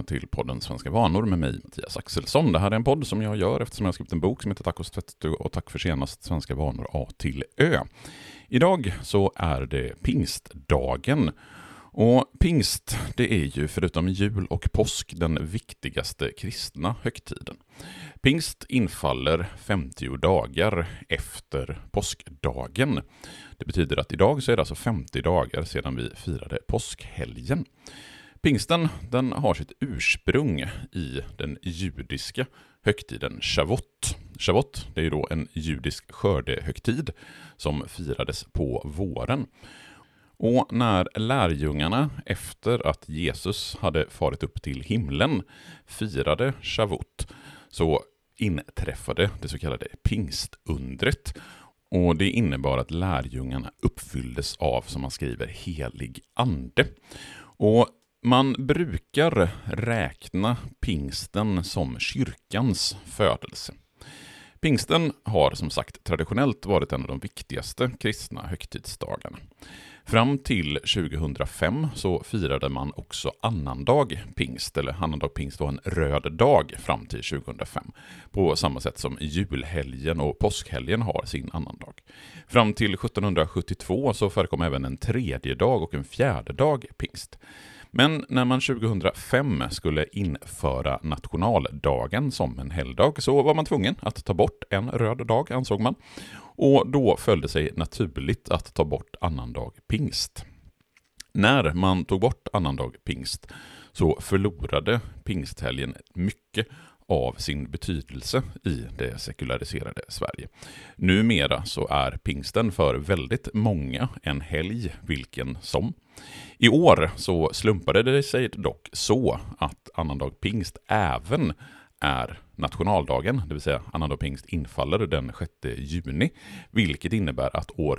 välkomna till podden Svenska vanor med mig, Mattias Axelsson. Det här är en podd som jag gör eftersom jag har skrivit en bok som heter Tacos tvättstuga och tack för senast Svenska vanor A till Ö. Idag så är det pingstdagen. Och pingst, det är ju förutom jul och påsk den viktigaste kristna högtiden. Pingst infaller 50 dagar efter påskdagen. Det betyder att idag så är det alltså 50 dagar sedan vi firade påskhelgen. Pingsten, den har sitt ursprung i den judiska högtiden Shavuot. Shavuot, det är ju då en judisk skördehögtid som firades på våren. Och när lärjungarna efter att Jesus hade farit upp till himlen firade Shavuot så inträffade det så kallade pingstundret. Och det innebar att lärjungarna uppfylldes av, som man skriver, helig ande. Och man brukar räkna pingsten som kyrkans födelse. Pingsten har som sagt traditionellt varit en av de viktigaste kristna högtidsdagarna. Fram till 2005 så firade man också annandag pingst, eller annandag pingst var en röd dag fram till 2005. På samma sätt som julhelgen och påskhelgen har sin annandag. Fram till 1772 så förekom även en tredje dag och en fjärde dag pingst. Men när man 2005 skulle införa nationaldagen som en helgdag så var man tvungen att ta bort en röd dag, ansåg man. Och då följde sig naturligt att ta bort annandag pingst. När man tog bort annandag pingst så förlorade pingsthelgen mycket av sin betydelse i det sekulariserade Sverige. Numera så är pingsten för väldigt många en helg vilken som. I år så slumpade det sig dock så att annandag pingst även är nationaldagen, det vill säga annandag pingst infaller den 6 juni, vilket innebär att år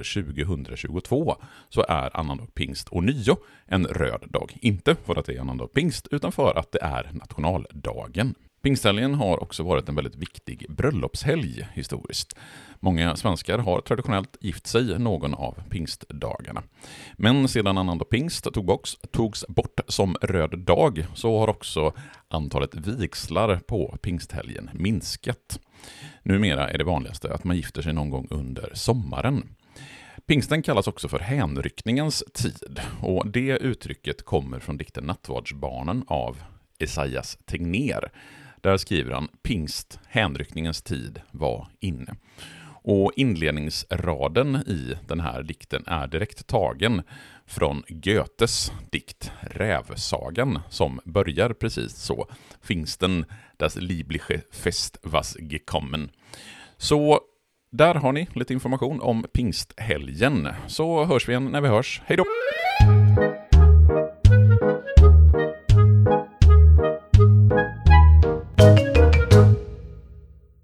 2022 så är annandag pingst ånyo en röd dag. Inte för att det är annandag pingst utan för att det är nationaldagen. Pingsthelgen har också varit en väldigt viktig bröllopshelg historiskt. Många svenskar har traditionellt gift sig någon av pingstdagarna. Men sedan annandag pingst togs bort som röd dag så har också antalet vigslar på pingsthelgen minskat. Numera är det vanligaste att man gifter sig någon gång under sommaren. Pingsten kallas också för hänryckningens tid och det uttrycket kommer från dikten Nattvardsbarnen av Esaias Tegnér. Där skriver han: pingst, hänryckningens tid var inne. Och inledningsraden i den här dikten är direkt tagen från Goethes dikt Rävsagan som börjar precis så: Pfingsten, das liebliche Fest was gekommen. Så där har ni lite information om pingsthelgen. Så hörs vi igen när vi hörs. Hej då!